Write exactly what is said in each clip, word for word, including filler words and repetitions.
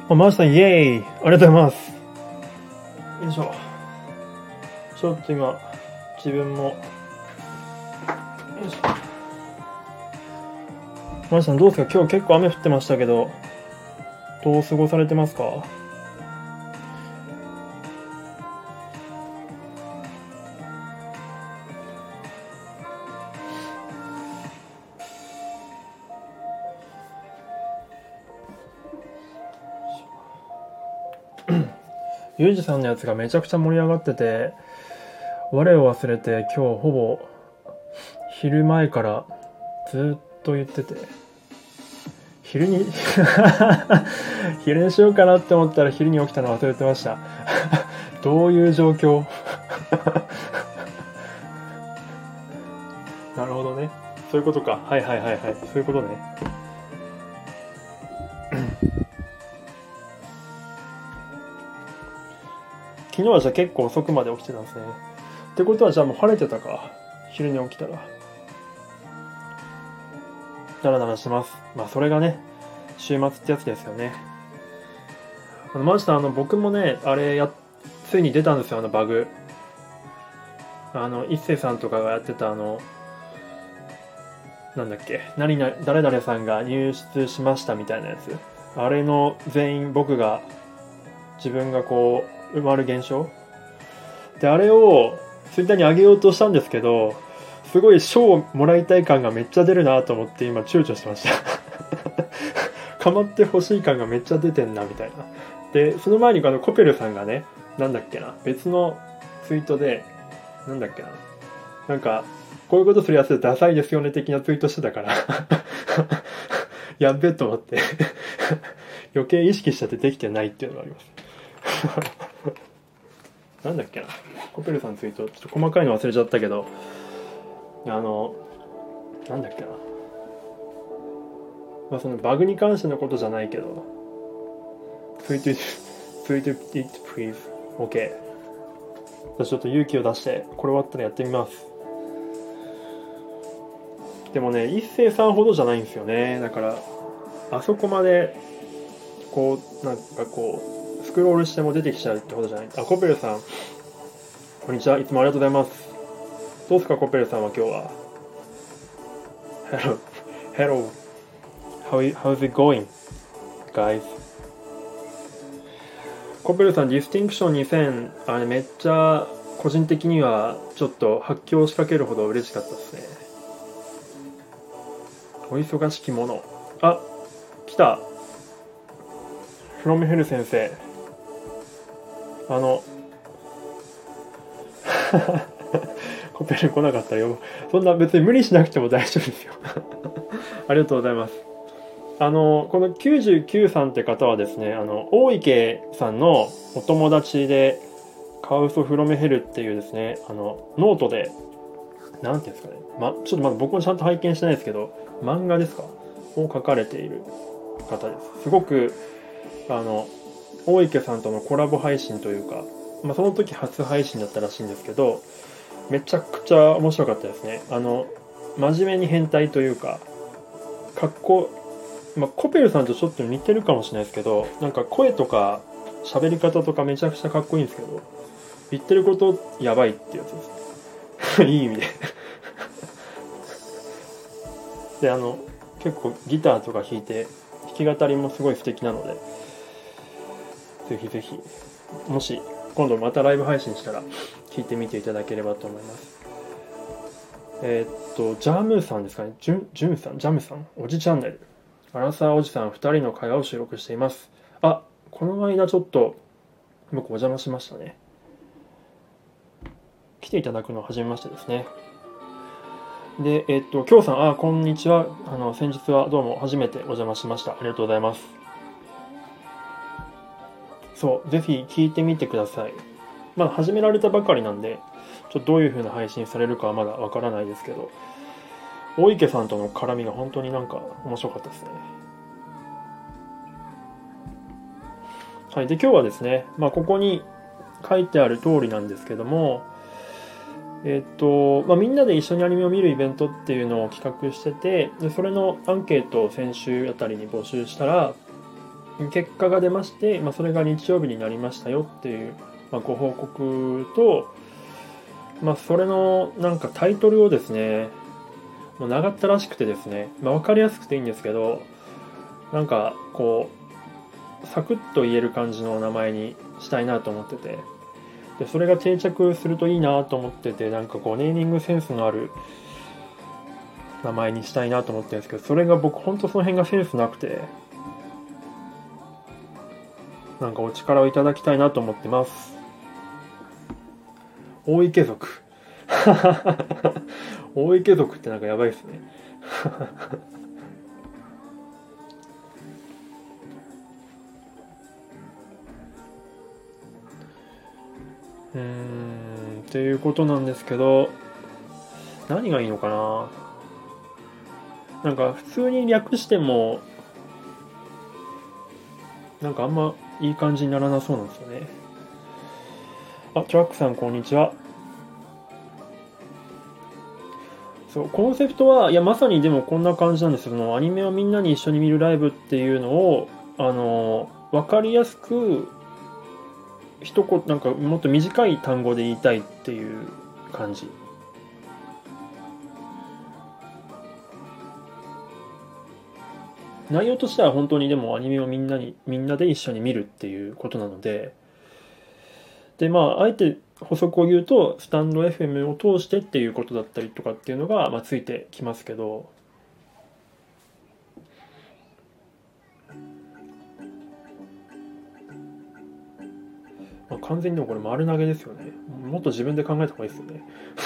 あ、マーシさん、イエーイ、ありがとうございます。よいしょ。ちょっと今、自分も、よいしょ。マーシさん、どうですか？今日結構雨降ってましたけど、どう過ごされてますか？ユージさんのやつがめちゃくちゃ盛り上がってて、我を忘れて今日ほぼ昼前からずっと言ってて、昼に昼にしようかなって思ったら昼に起きたの忘れてましたどういう状況なるほどね、そういうことか。はいはいはいはい、そういうことね昨日はじゃあ結構遅くまで起きてたんですね。ってことはじゃあもう晴れてたか、昼に起きたら。ダラダラします。まあそれがね、週末ってやつですよね。あのマジであの僕もね、あれやついに出たんですよ、あのバグ。あの一星さんとかがやってたあのなんだっけ、何々誰々さんが入室しましたみたいなやつ。あれの全員僕が自分がこう埋まる現象で、あれをツイッターに上げようとしたんですけど、すごい賞をもらいたい感がめっちゃ出るなと思って今躊躇してましたかまってほしい感がめっちゃ出てんなみたいな。でその前にあのコペルさんがね、なんだっけな、別のツイートでなんだっけな、なんかこういうことするやつダサいですよね的なツイートしてたからやっべえと思って余計意識しちゃってできてないっていうのがありますなんだっけな、コペルさんのツイートちょっと細かいの忘れちゃったけど、あのなんだっけな、まあそのバグに関してのことじゃないけど、ツイートツイート it please OK。 じゃあちょっと勇気を出してこれ終わったらやってみます。でもね、一星さんほどじゃないんですよね。だからあそこまでこうなんかこうスクロールしても出てきちゃうってことじゃない。あ、コペルさんこんにちは、いつもありがとうございます。どうですかコペルさんは今日は。 Hello Hello How how's it going guys。 コペルさんディスティンクションにせん、あれめっちゃ個人的にはちょっと発狂しかけるほど嬉しかったですね。お忙しき者。あ、来た。フロムヘル先生。あのコペル来なかったよ。そんな別に無理しなくても大丈夫ですよありがとうございます。あのこのきゅうじゅうきゅうさんって方はですね、あの大池さんのお友達でカウソフロメヘルっていうですね、あのノートでなんていうんですかね、ま、ちょっとまだ僕もちゃんと拝見してないですけど漫画ですかを書かれている方です。すごくあの大池さんとのコラボ配信というか、まあ、その時初配信だったらしいんですけど、めちゃくちゃ面白かったですね。あの真面目に変態というか、かっこ、まあ、コペルさんとちょっと似てるかもしれないですけど、なんか声とか喋り方とかめちゃくちゃかっこいいんですけど、言ってることやばいってやつですいい意味でで、あの結構ギターとか弾いて弾き語りもすごい素敵なので、ぜひぜひもし今度またライブ配信したら聞いてみていただければと思います。えー、っとジャムさんですかね、ジュン、ジュンさん、ジャムさん、おじチャンネル、アラサーおじさんふたりの会話を収録しています。あ、この間ちょっと僕お邪魔しましたね。来ていただくのは初めましてですね。で、えー、っときょうさん、あ、こんにちは。あの先日はどうも初めてお邪魔しました。ありがとうございます。そう、ぜひ聞いてみてください。まだ始められたばかりなんで、ちょっとどういう風な配信されるかはまだわからないですけど、大池さんとの絡みが本当になんか面白かったですね。はい、で今日はですね、まあ、ここに書いてある通りなんですけども、えっとまあ、みんなで一緒にアニメを見るイベントっていうのを企画してて、でそれのアンケートを先週あたりに募集したら、 結果が出まして、まあ、それが日曜日になりましたよっていう、まあ、ご報告と、まあ、それのなんかタイトルをですね、もう長ったらしくてですね、まあ、分かりやすくていいんですけど、なんかこうサクッと言える感じの名前にしたいなと思ってて、でそれが定着するといいなと思ってて、なんかこうネーミングセンスのある名前にしたいなと思ってるんですけど、それが僕ほんとその辺がセンスなくて、なんかお力をいただきたいなと思ってます。大池族大池族ってなんかやばいですねうーんっていうことなんですけど、何がいいのかな。なんか普通に略してもなんかあんまいい感じにならなそうなんですよね。あ、トラックさんこんにちは。そう、コンセプトはいやまさにでもこんな感じなんですよ。アニメをみんなに一緒に見るライブっていうのをあの分かりやすく一言なんかもっと短い単語で言いたいっていう感じ。内容としては本当にでもアニメをみんなにみんなで一緒に見るっていうことなので、でまああえて補足を言うとスタンド エフエム を通してっていうことだったりとかっていうのが、まあ、ついてきますけど、まあ、完全にでもこれ丸投げですよね。もっと自分で考えた方がいいですよね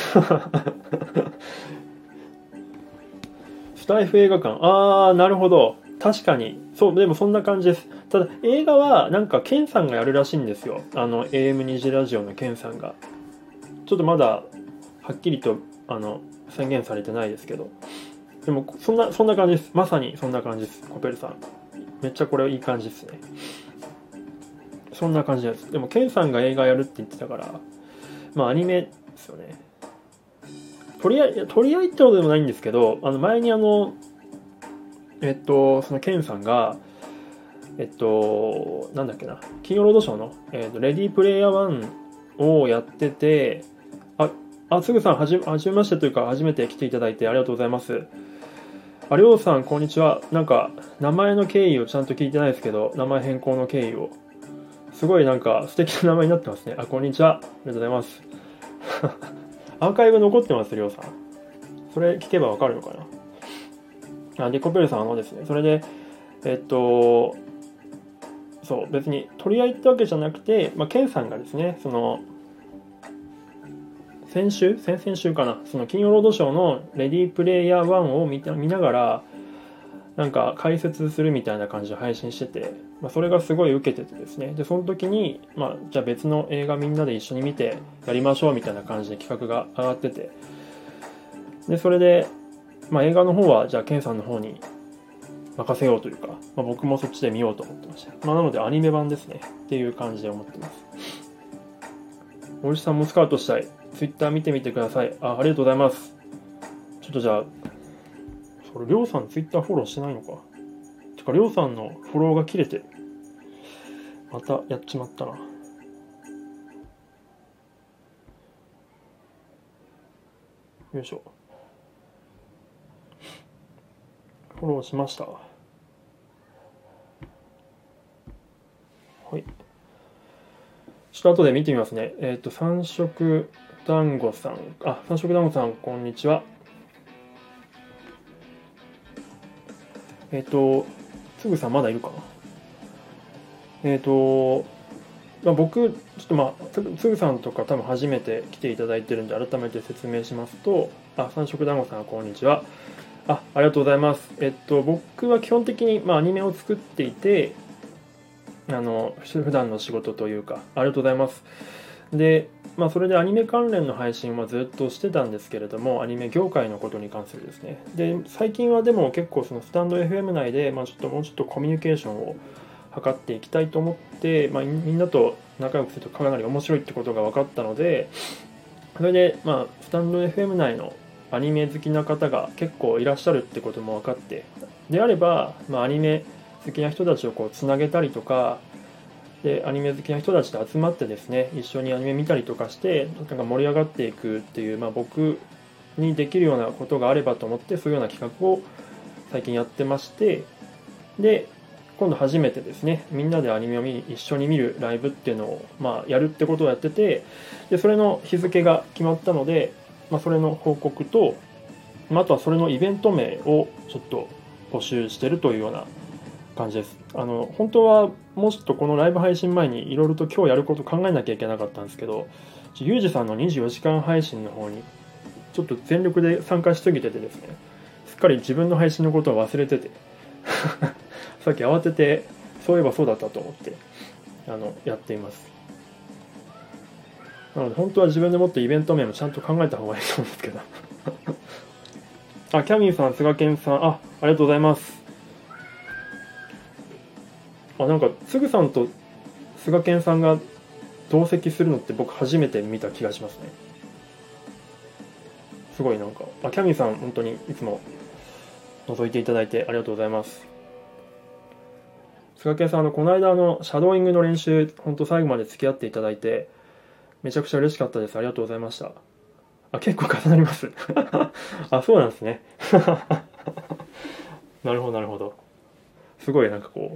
スタイフ映画館、あーなるほど、確かにそうでもそんな感じです。ただ映画はなんかケンさんがやるらしいんですよ。あの エーエムに 次ラジオのケンさんがちょっとまだはっきりとあの宣言されてないですけど、でもそんなそんな感じです。まさにそんな感じです。コペルさんめっちゃこれいい感じですね。そんな感じです。でもケンさんが映画やるって言ってたから、まあアニメですよね。取り合い取り合いってことでもないんですけど、あの前にあのえっとそのケンさんがえっとなんだっけな、金曜ロードショーの、えっと、レディープレイヤーワンをやってて、ああつぐさんはじはじめましてというか初めて来ていただいてありがとうございます。ありょうさんこんにちは。なんか名前の経緯をちゃんと聞いてないですけど、名前変更の経緯をすごいなんか素敵な名前になってますね。あ、こんにちは。ありがとうございます。アーカイブ残ってます、りょうさん。それ聞けばわかるのかな。あ、で、コペルさん、あのですね、それで、えっと、そう、別に取り合いってわけじゃなくて、まあ、ケンさんがですね、その、先週先々週かな、その金曜ロードショーのレディープレイヤーワンを見た見ながら、なんか解説するみたいな感じで配信してて、まあ、それがすごい受けててですね、でその時に、まあ、じゃあ別の映画みんなで一緒に見てやりましょうみたいな感じで企画が上がってて、でそれで、まあ、映画の方はじゃあケンさんの方に任せようというか、まあ、僕もそっちで見ようと思ってました。まあ、なのでアニメ版ですねっていう感じで思ってます。おじさんもスカウトしたい。ツイッター見てみてください。あ、ありがとうございます。ちょっとじゃあ、それりょうさんツイッターフォローしてないのか。てかりょうさんのフォローが切れてる。またやっちまったな。よいしょ。フォローしました。はい。ちょっと後で見てみますね。えっと、三色団子さん。あ、三色団子さん、こんにちは。えっと、つぐさんまだいるかな。えっと、まあ、僕、ちょっとまあ、つつぐさんとか多分初めて来ていただいてるんで、改めて説明しますと、あ、三色団子さん、こんにちは。あ、ありがとうございます。えっと、僕は基本的に、まあ、アニメを作っていて、あの、普段の仕事というか、ありがとうございます。で、まあ、それでアニメ関連の配信はずっとしてたんですけれども、アニメ業界のことに関するですね。で、最近はでも結構そのスタンド エフエム 内で、まあ、ちょっともうちょっとコミュニケーションを図っていきたいと思って、まあ、みんなと仲良くするとかなり面白いってことが分かったので、それで、まあ、スタンド エフエム 内のアニメ好きな方が結構いらっしゃるってことも分かって、であれば、まあ、アニメ好きな人たちをこうつなげたりとかで、アニメ好きな人たちと集まってですね、一緒にアニメ見たりとかしてなんか盛り上がっていくっていう、まあ、僕にできるようなことがあればと思って、そういうような企画を最近やってまして、で今度初めてですね、みんなでアニメを見一緒に見るライブっていうのを、まあ、やるってことをやってて、でそれの日付が決まったので、まあ、それの報告と、まあ、あとはそれのイベント名をちょっと募集してるというような感じです。あの本当はもうちょっとこのライブ配信前にいろいろと今日やること考えなきゃいけなかったんですけど、ゆうじさんのにじゅうよじかん配信の方にちょっと全力で参加しすぎててですね、すっかり自分の配信のことを忘れててさっき慌ててそういえばそうだったと思ってあのやっています。なので本当は自分でもってイベント名もちゃんと考えた方がいいと思うんですけどあ、キャミーさん、菅健さん、あ、ありがとうございます。あ、なんかすぐさんと菅健さんが同席するのって僕初めて見た気がしますね。すごいなんか、あ、キャミーさん本当にいつも覗いていただいてありがとうございます。菅健さん、あのこの間のシャドーイングの練習本当最後まで付き合っていただいてめちゃくちゃ嬉しかったです。ありがとうございました。あ、結構重なりますあ、そうなんですねなるほどなるほど。すごいなんかこう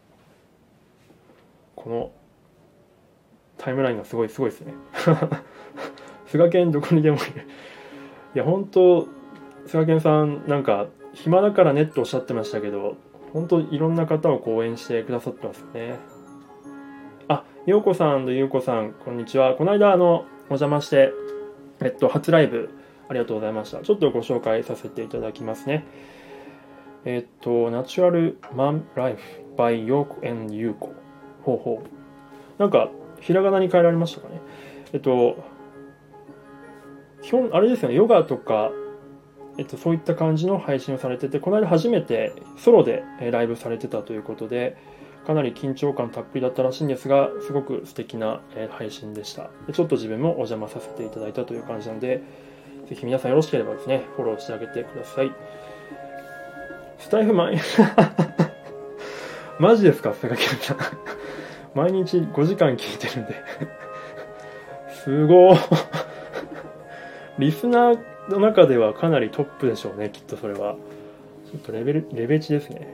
このタイムラインがすごいすごいですね菅健どこにでもいるいや本当菅健さんなんか暇だからねっておっしゃってましたけど、本当いろんな方をこう応援してくださってますよね。あ、ようこさんとゆうこさん、こんにちは。この間あのお邪魔してえっと初ライブありがとうございました。ちょっとご紹介させていただきますね。えっとナチュラルマンライフ by ようこ and ゆうこ。ほうほう。なんかひらがなに変えられましたかね。えっと基本あれですよね、ヨガとかえっと、そういった感じの配信をされてて、この間初めてソロでライブされてたということで、かなり緊張感たっぷりだったらしいんですが、すごく素敵な配信でした。でちょっと自分もお邪魔させていただいたという感じなので、ぜひ皆さんよろしければですね、フォローしてあげてください。スタイフ毎マジですか、菅健さん毎日ごじかん聞いてるんですごーリスナーの中ではかなりトップでしょうね、きっとそれは。ちょっとレベル、レベチですね。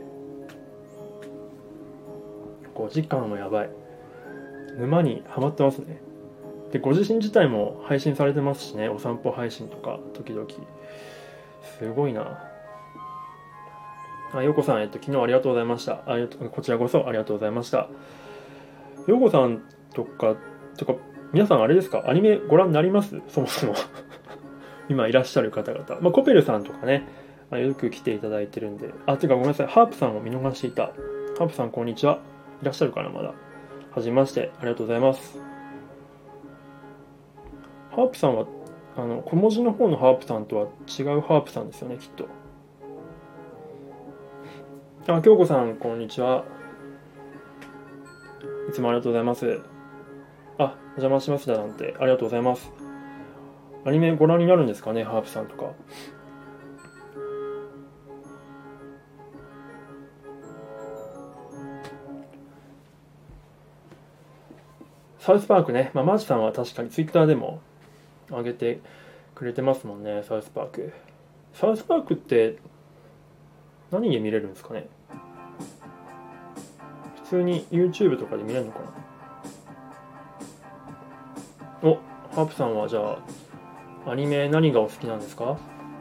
ごじかんもやばい。沼にはまってますね。で、ご自身自体も配信されてますしね、お散歩配信とか、時々。すごいな。あ、ようこさん、えっと、昨日ありがとうございました。ありがとう、こちらこそありがとうございました。ようこさんとか、とか、皆さんあれですか、アニメご覧になりますそもそも今いらっしゃる方々、まあ、コペルさんとかね、よく来ていただいてるんで、あ、てかごめんなさい、ハープさんを見逃していた。ハープさんこんにちは。いらっしゃるかな、まだ。はじめまして、ありがとうございます。ハープさんは、あの、小文字の方のハープさんとは違うハープさんですよね、きっと。あ、京子さん、こんにちは。いつもありがとうございます。あ、お邪魔しますだなんて、ありがとうございます。アニメご覧になるんですかね、ハープさんとか。サウスパークね、まあ、マーチさんは確かにツイッターでも上げてくれてますもんね、サウスパーク。サウスパークって何で見れるんですかね。普通に YouTube とかで見れるのかな。お、ハープさんはじゃあアニメ何がお好きなんですか。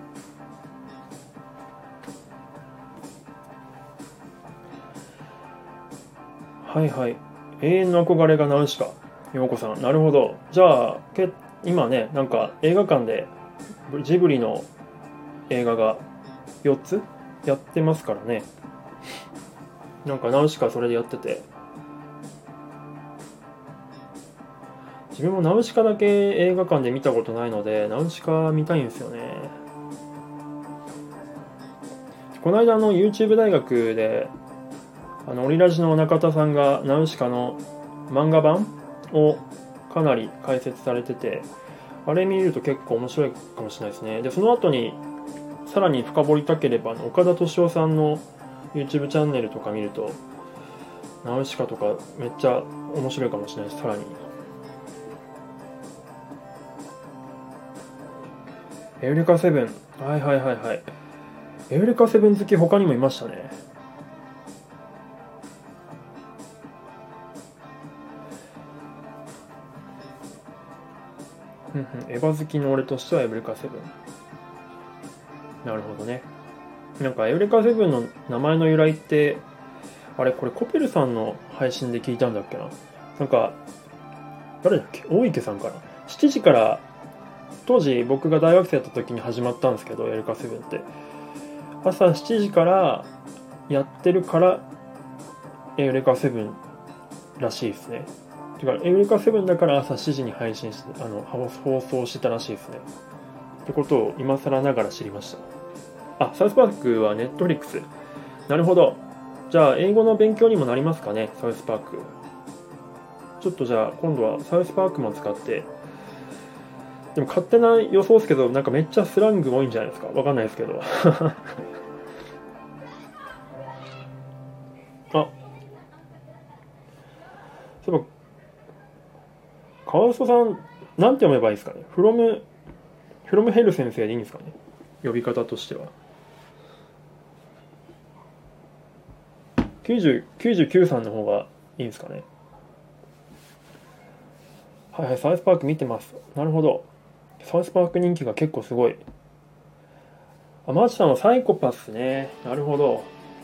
はいはい、永遠の憧れがナウシカ。ようこさん、なるほど。じゃあけ今ね、なんか映画館でジブリの映画がよっつやってますからね。なんかナウシカそれでやってて、自分もナウシカだけ映画館で見たことないので、ナウシカ見たいんですよね。この間の YouTube 大学であのオリラジの中田さんがナウシカの漫画版をかなり解説されてて、あれ見ると結構面白いかもしれないですね。でその後にさらに深掘りたければ岡田敏夫さんの YouTube チャンネルとか見るとナウシカとかめっちゃ面白いかもしれないし、さらにエウレカセブン、はいはいはいはい、エウレカセブン好き他にもいましたね。うんうん、エヴァ好きの俺としてはエウレカセブン。なるほどね。なんかエウレカセブンの名前の由来って、あれこれコペルさんの配信で聞いたんだっけな。なんか誰だっけ、大池さんからしちじから、当時僕が大学生だった時に始まったんですけど、エウレカセブンって朝しちじからやってるからエウレカセブンらしいですね。てかエウレカセブンだから朝しちじに配信してあの放送してたらしいですね。ってことを今更ながら知りました。あ、サウスパークはネットフリックス。なるほど。じゃあ英語の勉強にもなりますかね、サウスパーク。ちょっとじゃあ今度はサウスパークも使って。でも勝手な予想ですけど、なんかめっちゃスラング多いんじゃないですか。わかんないですけど。あ、そういえばカワウソさん、なんて読めばいいですかね。フロム、フロムヘル先生でいいんですかね、呼び方としては。きゅうじゅう、きゅうじゅうきゅうさんの方がいいんですかね。はいはい、サウスパーク見てます。なるほど。サウスパーク人気が結構すごい。あ、マーチさんはサイコパスね。なるほど。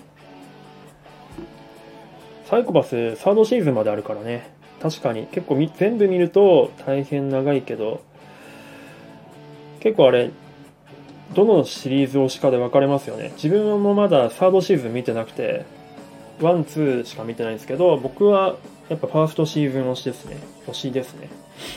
サイコパスサードシーズンまであるからね。確かに結構み全部見ると大変長いけど、結構あれどのシリーズ推しかで分かれますよね。自分もまだサードシーズン見てなくてワン、ツーしか見てないんですけど、僕はやっぱファーストシーズン推しですね。推しですね。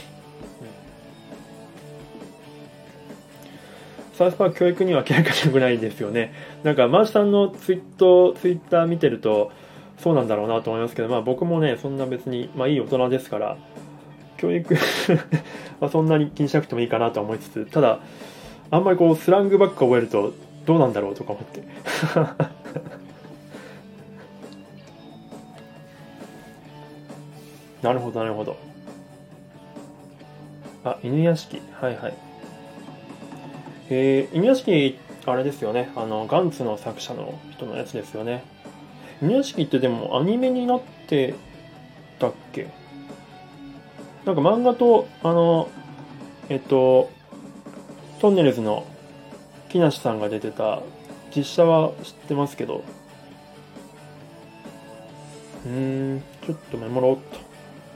うん、サウスパーク教育には明らかに良くないですよね。なんかマーチさんのツイート、ツイッター見てるとそうなんだろうなと思いますけど、まあ僕もねそんな別にまあいい大人ですから教育はそんなに気にしなくてもいいかなと思いつつ、ただあんまりこうスラングばっか覚えるとどうなんだろうとか思ってなるほどなるほど。あ、犬屋敷、はいはい。えー、犬屋敷あれですよね、あのガンツの作者の人のやつですよね。犬屋敷ってでもアニメになってたっけ。なんか漫画とあのえっとトンネルズの木梨さんが出てた実写は知ってますけど、うーん、ちょっとメモろうっと。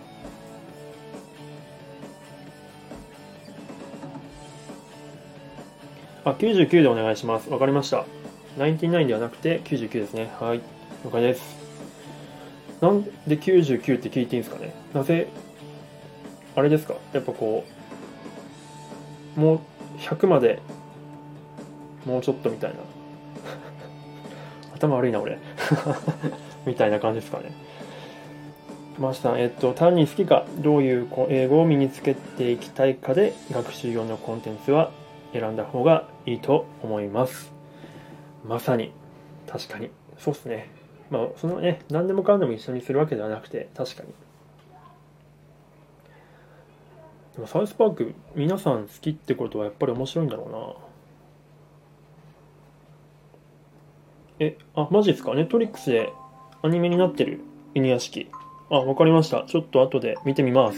あ、きゅうじゅうきゅうでお願いします。わかりました。ナインティナインではなくてきゅうじゅうきゅうですね。はい。了解です。なんできゅうじゅうきゅうって聞いていいんですかね。なぜ、あれですか。やっぱこう、もうひゃくまでもうちょっとみたいな。頭悪いな、俺。みたいな感じですかね。マスター、えっと、単に好きか、どういう英語を身につけていきたいかで、学習用のコンテンツは選んだ方がいいと思います。まさに、確かに。そうっすね。まあ、そのね、何でもかんでも一緒にするわけではなくて、確かに。でもサウスパーク、皆さん好きってことはやっぱり面白いんだろうな。え、あ、マジですか。ネットリックスでアニメになってる犬屋敷。あ、わかりました。ちょっと後で見てみます。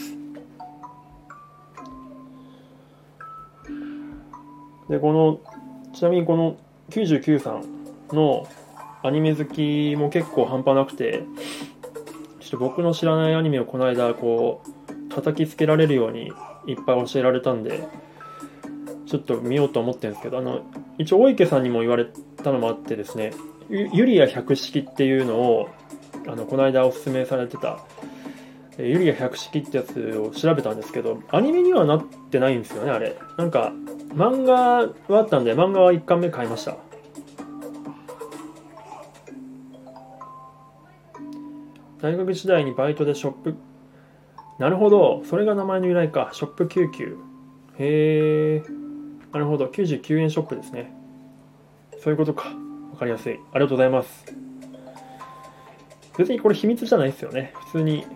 で、この、ちなみにこのきゅうじゅうきゅうさんのアニメ好きも結構半端なくて、ちょっと僕の知らないアニメをこの間、こう、叩きつけられるようにいっぱい教えられたんで、ちょっと見ようと思ってるんですけど、あの、一応大池さんにも言われたのもあってですね、ゆユリア百式っていうのを、あの、この間おすすめされてた、ユリア百式ってやつを調べたんですけど、アニメにはなってないんですよね、あれ。なんか、漫画はあったんで、漫画はいっかんめ買いました。大学時代にバイトでショップ、なるほど、それが名前の由来か、ショップきゅうじゅうきゅう。へえ、なるほど、きゅうじゅうきゅうえんショップですね。そういうことか。わかりやすい。ありがとうございます。 別にこれ秘密じゃないですよね。普通に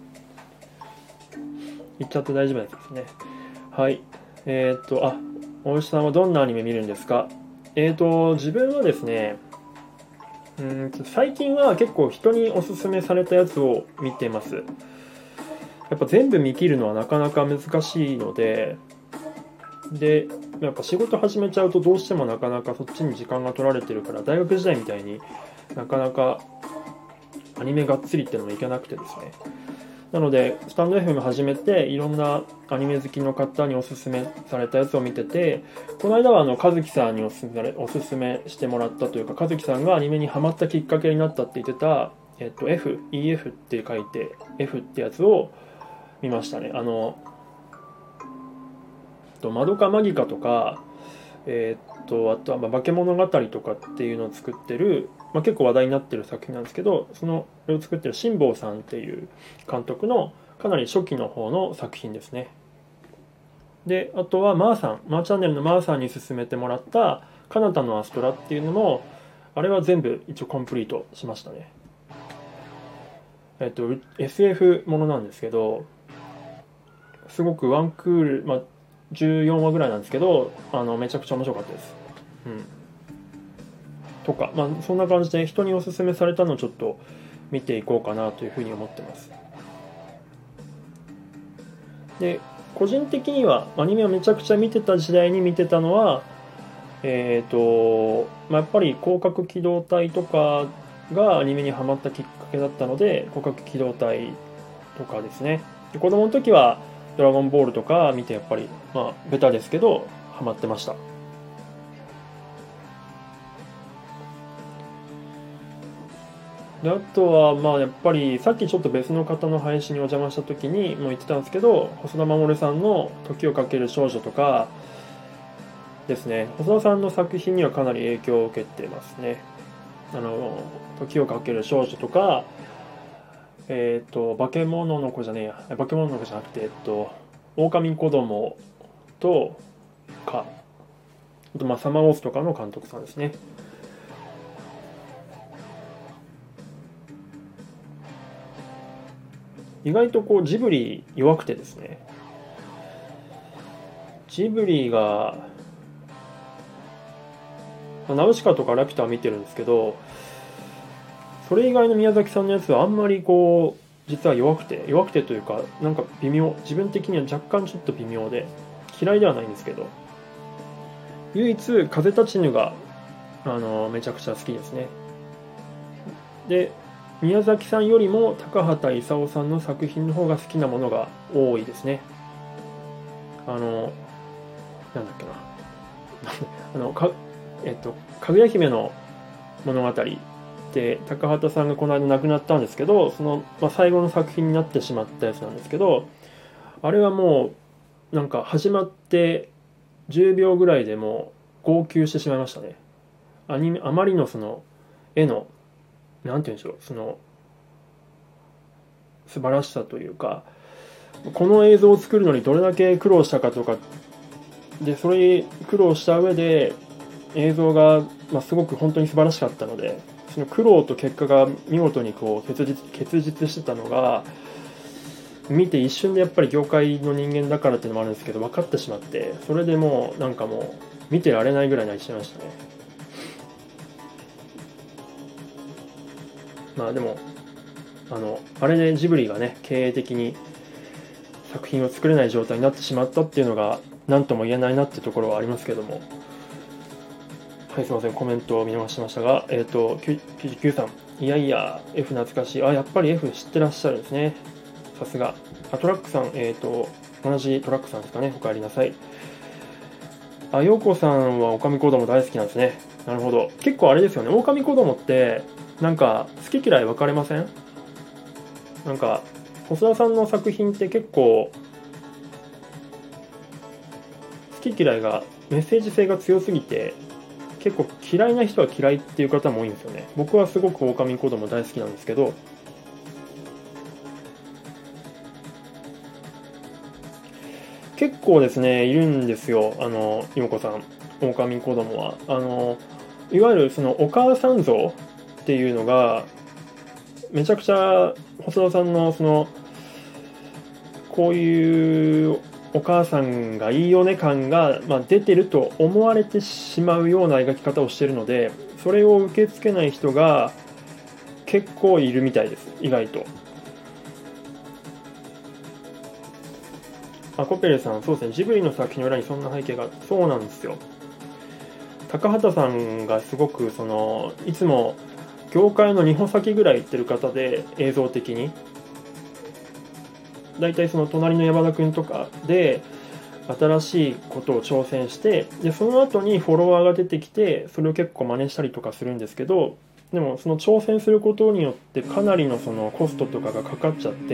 言っちゃって大丈夫なやつですね。はい。えっと、あ、大石さんはどんなアニメ見るんですか？えっと、自分はですね、うんと最近は結構人におすすめされたやつを見てます。やっぱ全部見切るのはなかなか難しいので、で、やっぱ仕事始めちゃうとどうしてもなかなかそっちに時間が取られてるから、大学時代みたいになかなかアニメがっつりっていうのもいけなくてですね。なので、スタンド エフエム 始めて、いろんなアニメ好きの方におすすめされたやつを見てて、この間はあの、和樹さんにおすすめ、おすすめしてもらったというか、和樹さんがアニメにハマったきっかけになったって言ってた、えっと、F、イーエフ って書いて、F ってやつを見ましたね。あの、マドカマギカとか、えーっとあとはまあ化け物語とかっていうのを作ってる、まあ、結構話題になってる作品なんですけど、そのそれを作ってる辛坊さんっていう監督のかなり初期の方の作品ですね。で、あとはマーさん、マーチャンネルのマーさんに勧めてもらった「カナタのアストラ」っていうのも、あれは全部一応コンプリートしましたね。えっと エスエフ ものなんですけど、すごくワンクール、まあ、じゅうよんわぐらいなんですけど、あのめちゃくちゃ面白かったです。うん、とか、まあ、そんな感じで人におすすめされたのをちょっと見ていこうかなというふうに思ってます。で、個人的にはアニメをめちゃくちゃ見てた時代に見てたのは、えーとまあ、やっぱり広角機動隊とかがアニメにハマったきっかけだったので、広角機動隊とかですね。で、子供の時はドラゴンボールとか見て、やっぱりまあベタですけどハマってました。で、あとはまあやっぱりさっきちょっと別の方の配信にお邪魔した時にも言ってたんですけど、細田守さんの「時をかける少女」とかですね。細田さんの作品にはかなり影響を受けてますね。あの時をかける少女とか、えっと化け物の子じゃねえや化け物の子じゃなくて、えっと狼子供とか、あとまあサマーウォーズとかの監督さんですね。意外とこうジブリ弱くてですね、ジブリがナウシカとかラピュタは見てるんですけど、それ以外の宮崎さんのやつはあんまりこう実は弱くて弱くてというか、なんか微妙、自分的には若干ちょっと微妙で、嫌いではないんですけど、唯一風立ちぬがあのめちゃくちゃ好きですね。で、宮崎さんよりも高畑勲さんの作品の方が好きなものが多いですね。あのなんだっけなあのかえっとかぐや姫の物語で、高畑さんがこの間亡くなったんですけど、その、まあ、最後の作品になってしまったやつなんですけど、あれはもうなんか始まってじゅうびょうぐらいでもう号泣してしまいましたね。アニメあまりのその絵のなんて言うんでしょう、その素晴らしさというか、この映像を作るのにどれだけ苦労したかとかで、それ苦労した上で映像が、まあ、すごく本当に素晴らしかったので、その苦労と結果が見事にこう結実結実してたのが見て、一瞬でやっぱり業界の人間だからっていうのもあるんですけど分かってしまって、それでもうなんかもう見てられないぐらい泣いちゃいましたね。まあでもあのあれでジブリがね経営的に作品を作れない状態になってしまったっていうのが何とも言えないなっていうところはありますけども。はい、すいません、コメントを見逃してましたが、えっ、ー、と、きゅうじゅうきゅうさん、いやいや、F 懐かしい。あ、やっぱり F 知ってらっしゃるんですね。さすが。あ、トラックさん、えっ、ー、と、同じトラックさんですかね。お帰りなさい。あ、陽子さんは狼子供大好きなんですね。なるほど。結構あれですよね。狼子供って、なんか、好き嫌い分かれません？なんか、細田さんの作品って結構、好き嫌いが、メッセージ性が強すぎて、結構嫌いな人は嫌いっていう方も多いんですよね。僕はすごく狼子供大好きなんですけど、結構ですねいるんですよ、あの陽子さん、狼子供は。あのいわゆるそのお母さん像っていうのがめちゃくちゃ細田さんのそのこういうお母さんがいいよね感が、まあ、出てると思われてしまうような描き方をしているので、それを受け付けない人が結構いるみたいです、意外と。あ、コペルさん、そうですね、ジブリの作品の裏にそんな背景が、そうなんですよ。高畑さんがすごくそのいつも業界のにほん先ぐらい行ってる方で、映像的にだいたいその隣の山田君とかで新しいことを挑戦して、でその後にフォロワーが出てきてそれを結構真似したりとかするんですけど、でもその挑戦することによってかなりのそのコストとかがかかっちゃって、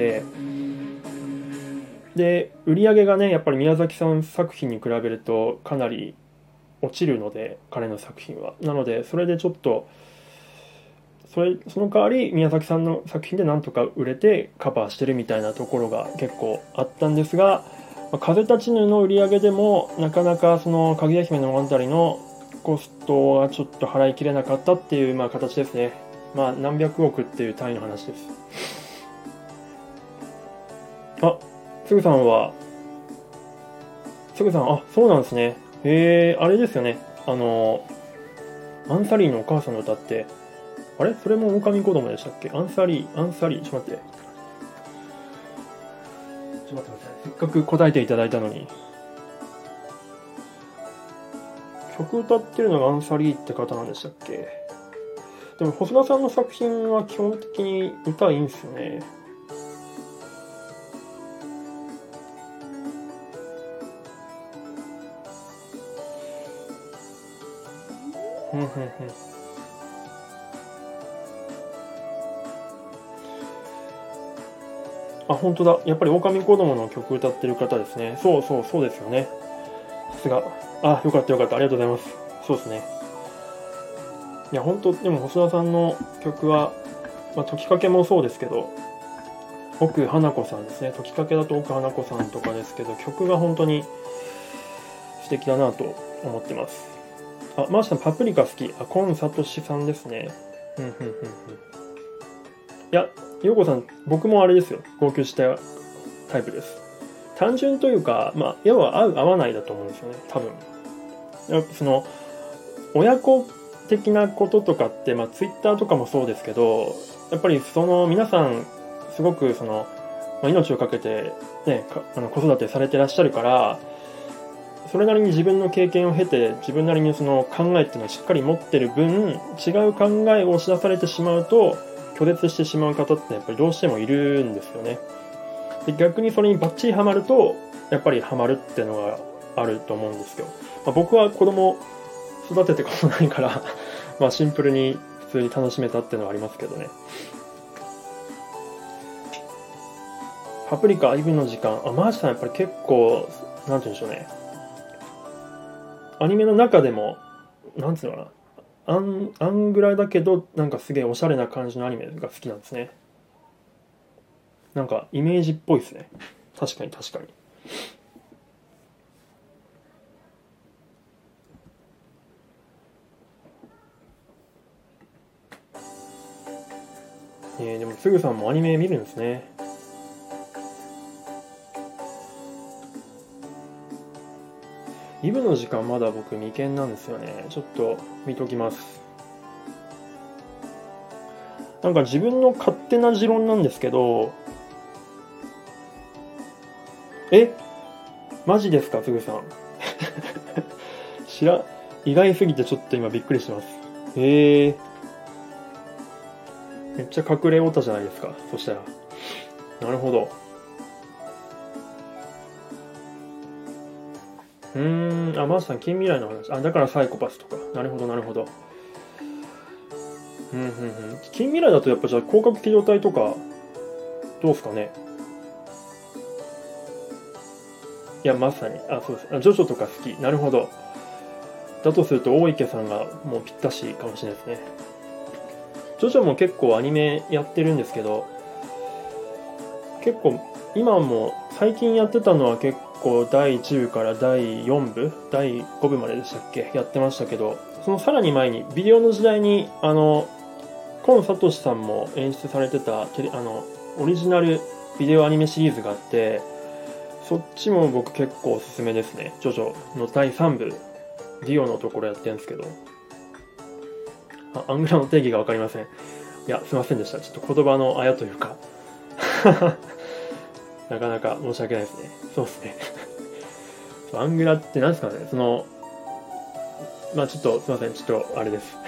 で売り上げがねやっぱり宮崎さん作品に比べるとかなり落ちるので、彼の作品は。なのでそれでちょっとそれその代わり宮崎さんの作品でなんとか売れてカバーしてるみたいなところが結構あったんですが、まあ、風立ちぬの売り上げでもなかなかそのかぐや姫の物語のコストがちょっと払いきれなかったっていうまあ形ですね。まあ何百億っていう単位の話です。あ、つぐさんはつぐさん、あ、そうなんですね。へえ、あれですよね、あのアンサリーのお母さんの歌って、あれそれも狼子供でしたっけ？アンサリー、アンサリー、ちょっと待って。ちょっと待ってください。せっかく答えていただいたのに。曲歌ってるのがアンサリーって方なんでしたっけ？でも細田さんの作品は基本的に歌いいんですよね。ふんふんふん。あ、本当だ。やっぱり狼子供の曲歌ってる方ですね。そうそうそうですよね。さすが。あ、よかったよかった。ありがとうございます。そうですね。いや、本当でも細田さんの曲は、まあ、時かけもそうですけど、奥花子さんですね。時かけだと奥花子さんとかですけど、曲が本当に素敵だなと思ってます。あ、マーシさんパプリカ好き。あ、コンサトシさんですね。うんうんうんうん。いや、ヨうコさん、僕もあれですよ。号泣したタイプです。単純というか、まあ、要は合う合わないだと思うんですよね。多分。やっぱその、親子的なこととかって、まあ、ツイッターとかもそうですけど、やっぱりその皆さん、すごくその、まあ、命をかけて、ね、あの子育てされてらっしゃるから、それなりに自分の経験を経て、自分なりにその考えっていうのをしっかり持ってる分、違う考えを押し出されてしまうと、拒絶してしまう方ってやっぱりどうしてもいるんですよね。で逆にそれにバッチリハマると、やっぱりハマるっていうのがあると思うんですよ。まあ、僕は子供育ててことないからまあシンプルに普通に楽しめたっていうのはありますけどね。パプリカ、イブの時間。あ、マーシさんやっぱり結構、なんて言うんでしょうね。アニメの中でも、なんていうのかな。アン、アングラだけど、なんかすげえおしゃれな感じのアニメが好きなんですね。なんかイメージっぽいですね。確かに確かに。えー、でもつぐさんもアニメ見るんですね。イブの時間まだ僕未見なんですよね。ちょっと見ときます。なんか自分の勝手な持論なんですけど、えマジですか、つぐさん。知ら、意外すぎてちょっと今びっくりしてます。へえ。めっちゃ隠れオタじゃないですか。そしたら。なるほど。うーん、あ、マーシさん、近未来の話。あ、だからサイコパスとか。なるほど、なるほど。うん、うん、うん。近未来だとやっぱじゃあ広角機動隊とか、どうすかね。いや、まさに。あ、そうです。あ、ジョジョとか好き。なるほど。だとすると、大池さんがもうぴったしかもしれないですね。ジョジョも結構アニメやってるんですけど、結構、今も最近やってたのは結構だいいち部からだいよん部、だいご部まででしたっけやってましたけど、そのさらに前に、ビデオの時代に、あの、 今聡さんも演出されてたテレあのオリジナルビデオアニメシリーズがあって、そっちも僕結構おすすめですね。ジョジョのだいさんぶ、ディオのところやってるんですけど、あ、アングラの定義が分かりません。いや、すいませんでした。ちょっと言葉のあやというかなかなか申し訳ないですね。そうですねアングラって何ですかね、そのまあちょっとすいません、ちょっとあれです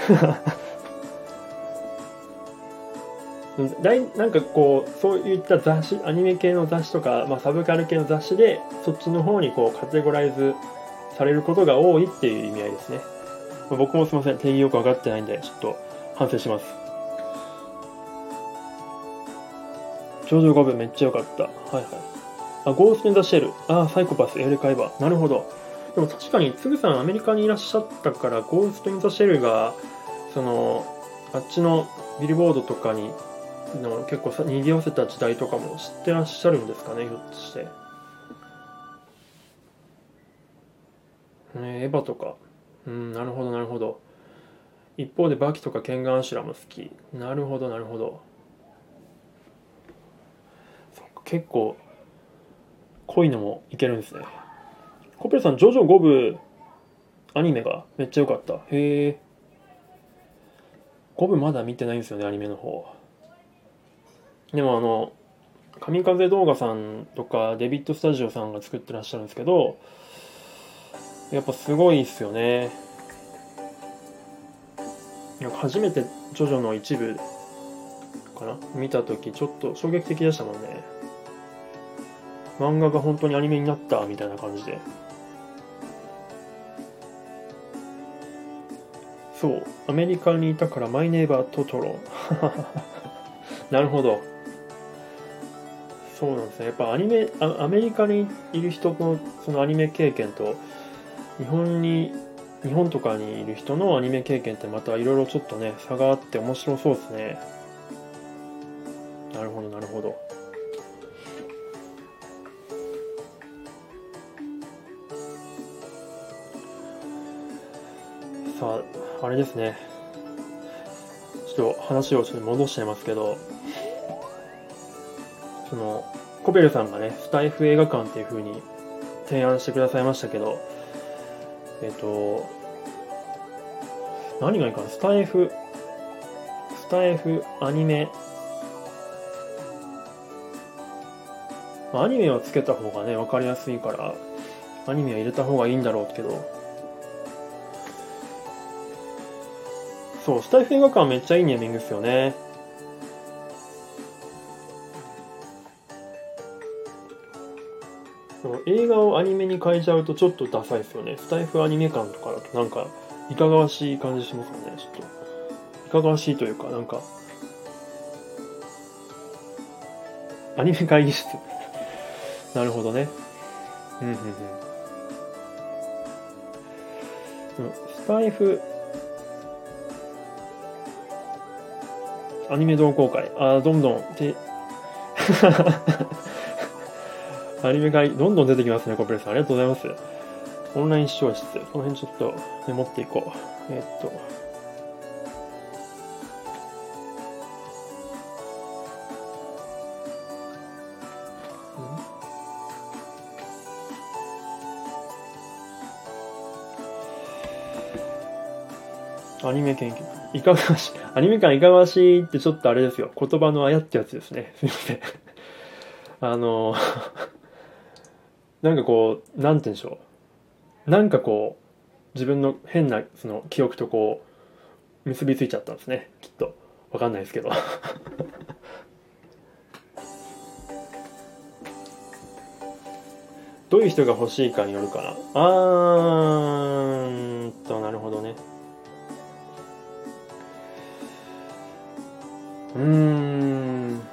だいなんかこうそういった雑誌、アニメ系の雑誌とか、まあ、サブカル系の雑誌でそっちの方にこうカテゴライズされることが多いっていう意味合いですね。まあ、僕もすいません、定義よく分かってないんでちょっと反省します。ジョジョごぶめっちゃ良かった。はいはい。あ、ゴースト・イン・ザ・シェル。あ、サイコパス、エレカイバー。なるほど。でも確かにつぐさんアメリカにいらっしゃったから、ゴースト・イン・ザ・シェルがそのあっちのビルボードとかにの結構さ賑わせた時代とかも知ってらっしゃるんですかね、ひょっとして。ね、エヴァとか。うん、なるほどなるほど。一方でバキとかケンガンアシュラも好き。なるほどなるほど。そっか、結構濃いのもいけるんですね。コペルさん、ジョジョごぶアニメがめっちゃ良かった。へえ。ごぶまだ見てないんですよね、アニメの方。でもあの神風動画さんとかデビッドスタジオさんが作ってらっしゃるんですけど、やっぱすごいっすよね。なんか初めてジョジョの一部かな見た時ちょっと衝撃的でしたもんね。漫画が本当にアニメになったみたいな感じで。そう、アメリカにいたからマイネイバートトロなるほど。そうなんですね。やっぱアニメあアメリカにいる人のそのアニメ経験と日本に日本とかにいる人のアニメ経験ってまたいろいろちょっとね差があって面白そうですね。なるほどなるほど。さああれですね。ちょっと話をちょっと戻しちゃいますけど、そのコベルさんがねスタイフ映画館っていう風に提案してくださいましたけど、えっと何がいいかな、スタイフスタイフアニメ、アニメをつけた方がね分かりやすいからアニメは入れた方がいいんだろうけど、そうスタイフ映画館めっちゃいいネーミングですよね。映画をアニメに変えちゃうとちょっとダサいですよね。スタイフアニメ館とかだとなんかいかがわしい感じしますよね。ちょっといかがわしいというか、なんかアニメ会議室なるほどね。うんうんうん。スタイフアニメ同好会、あーどんどんてアニメ会どんどん出てきますね。コペルさんありがとうございます。オンライン視聴室、この辺ちょっとメモっていこう。えー、っとアニメ研究いかがわしい、アニメ館いかがわしいってちょっとあれですよ、言葉のあやってやつですね。すいませんあのなんかこうなんて言うんでしょう、なんかこう自分の変なその記憶とこう結びついちゃったんですね、きっと。わかんないですけどどういう人が欲しいかによるかな。あーんとなるほどね。うーん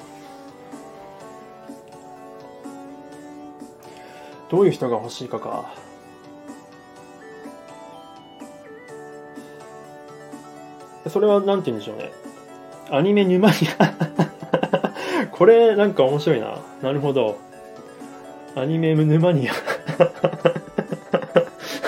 どういう人が欲しいかか。それはなんて言うんでしょうね。アニメ沼にこれなんか面白いな。なるほど。アニメ沼ニアス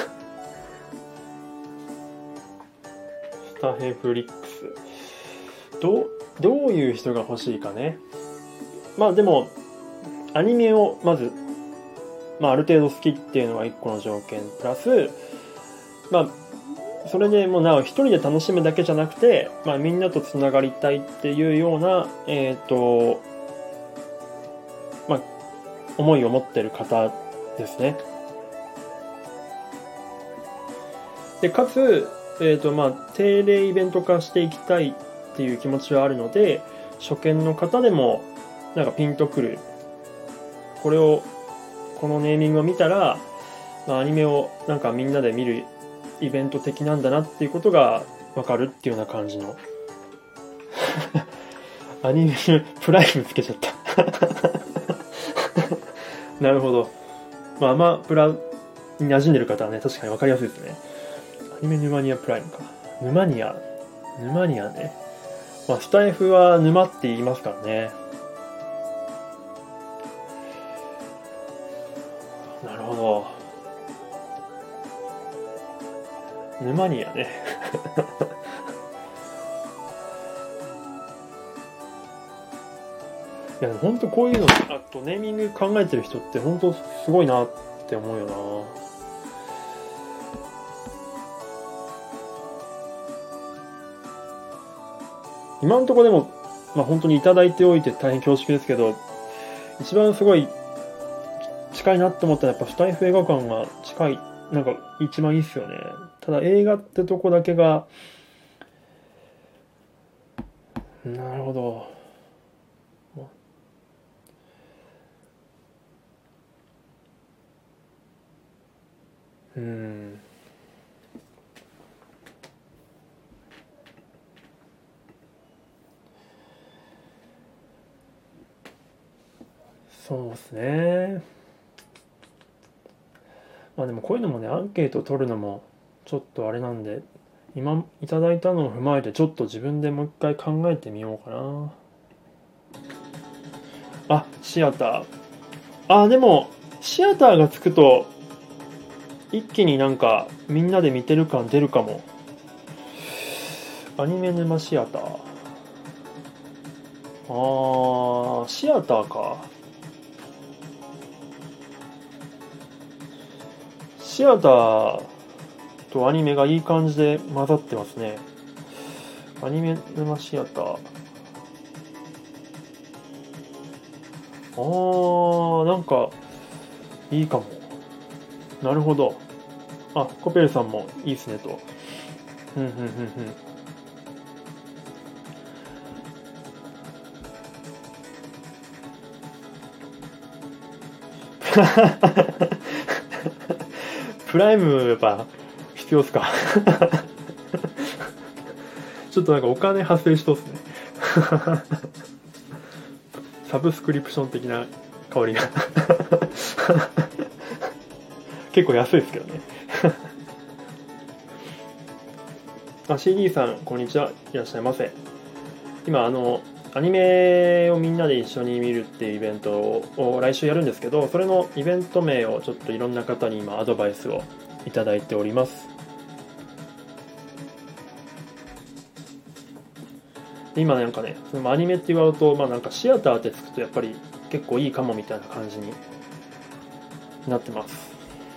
タヘフリックス。 どうどういう人が欲しいかね。まあでもアニメをまず、まあ、ある程度好きっていうのが一個の条件プラス、まあそれでもうなお一人で楽しむだけじゃなくて、まあ、みんなとつながりたいっていうようなえっとまあ思いを持ってる方ですね。でかつ、えーとまあ、定例イベント化していきたいっていう気持ちはあるので、初見の方でもなんかピンとくる、これをこのネーミングを見たら、まあ、アニメをなんかみんなで見るイベント的なんだなっていうことが分かるっていうような感じのアニメプライムつけちゃったなるほど。まあアマプラに馴染んでる方はね、確かに分かりやすいですね。アニメ沼ニアプライムか。沼ニア。沼ニアね。まあスタイフは沼って言いますからね。なるほど。沼ニアね。いや、ほんとこういうの、あとネーミング考えてる人ってほんとすごいなって思うよな。今のところでも、まあ、本当にいただいておいて大変恐縮ですけど、一番すごい近いなって思ったらやっぱスタイフ映画館が近い、なんか一番いいっすよね。ただ映画ってとこだけが、なるほど。うん。そうですね。まあでもこういうのもね、アンケートを取るのもちょっとあれなんで、今いただいたのを踏まえてちょっと自分でもう一回考えてみようかな。あ、シアター。あ、でもシアターがつくと一気になんかみんなで見てる感出るかも。アニメ沼シアター。あー、シアターか。シアターとアニメがいい感じで混ざってますね。アニメ沼シアター。あー、なんかいいかも。なるほど。あ、コペルさんもいいっすねと。うんうんうんうん。プライムやっぱ必要っすかちょっとなんかお金発生しとっすねサブスクリプション的な香りが結構安いですけどねあ、シーディー さんこんにちは、いらっしゃいませ。今あのアニメをみんなで一緒に見るっていうイベントを来週やるんですけど、それのイベント名をちょっといろんな方に今アドバイスをいただいております。今なんかね、そのアニメって言われると、まあなんかシアターってつくとやっぱり結構いいかもみたいな感じになってます。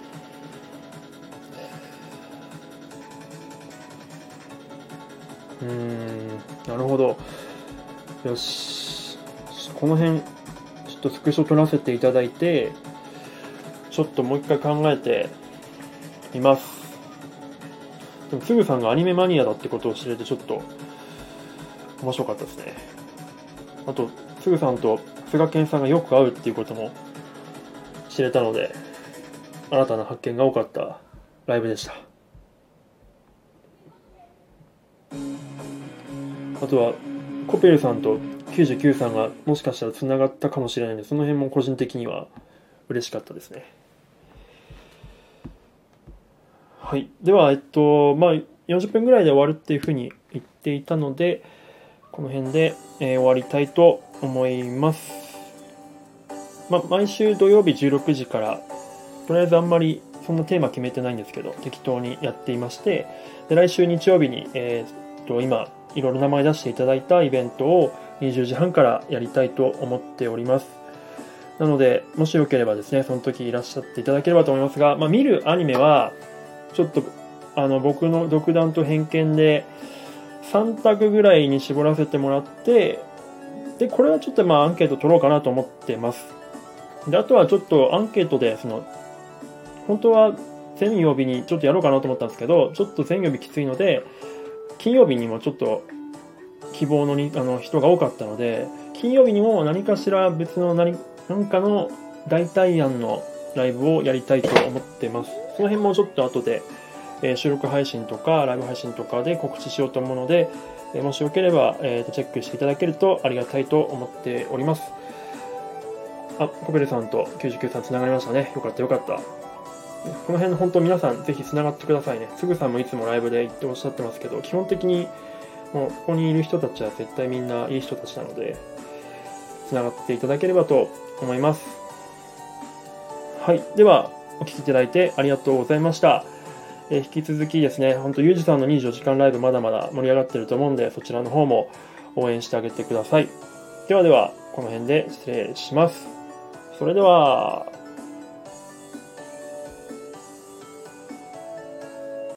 うーん、なるほど。よし、この辺ちょっとスクショ取らせていただいて、ちょっともう一回考えてみます。でもつぐさんがアニメマニアだってことを知れてちょっと面白かったですね。あとつぐさんと菅健さんがよく会うっていうことも知れたので、新たな発見が多かったライブでした。あとはコペルさんときゅうじゅうきゅうさんがもしかしたらつながったかもしれないので、その辺も個人的には嬉しかったですね。はい、ではえっとまあよんじゅっぷんぐらいで終わるっていうふうに言っていたので、この辺で、えー、終わりたいと思います。まあ、毎週土曜日じゅうろくじから、とりあえずあんまりそんなテーマ決めてないんですけど、適当にやっていまして、で来週日曜日に、えー、っと今いろいろ名前出していただいたイベントをにじゅうじはんからやりたいと思っております。なので、もしよければですね、その時いらっしゃっていただければと思いますが、まあ、見るアニメは、ちょっと、あの、僕の独断と偏見で、さん択ぐらいに絞らせてもらって、で、これはちょっとまあアンケート取ろうかなと思ってます。で、あとはちょっとアンケートで、その、本当は全曜日にちょっとやろうかなと思ったんですけど、ちょっと全曜日きついので、金曜日にもちょっと希望のにあの人が多かったので、金曜日にも何かしら別の何なんかの代替案のライブをやりたいと思ってます。その辺もちょっと後で、えー、収録配信とかライブ配信とかで告知しようと思うので、えー、もしよければ、えーと、チェックしていただけるとありがたいと思っております。あ、コペルさんときゅうじゅうきゅうさんつながりましたね。よかったよかった。この辺本当皆さんぜひつながってくださいね。つぐさんもいつもライブで言っておっしゃってますけど、基本的にもうここにいる人たちは絶対みんないい人たちなので、つながっていただければと思います。はい。では、お聞きいただいてありがとうございました。えー、引き続きですね、本当ゆうじさんのにじゅうよじかんライブまだまだ盛り上がってると思うんで、そちらの方も応援してあげてください。ではでは、この辺で失礼します。それでは、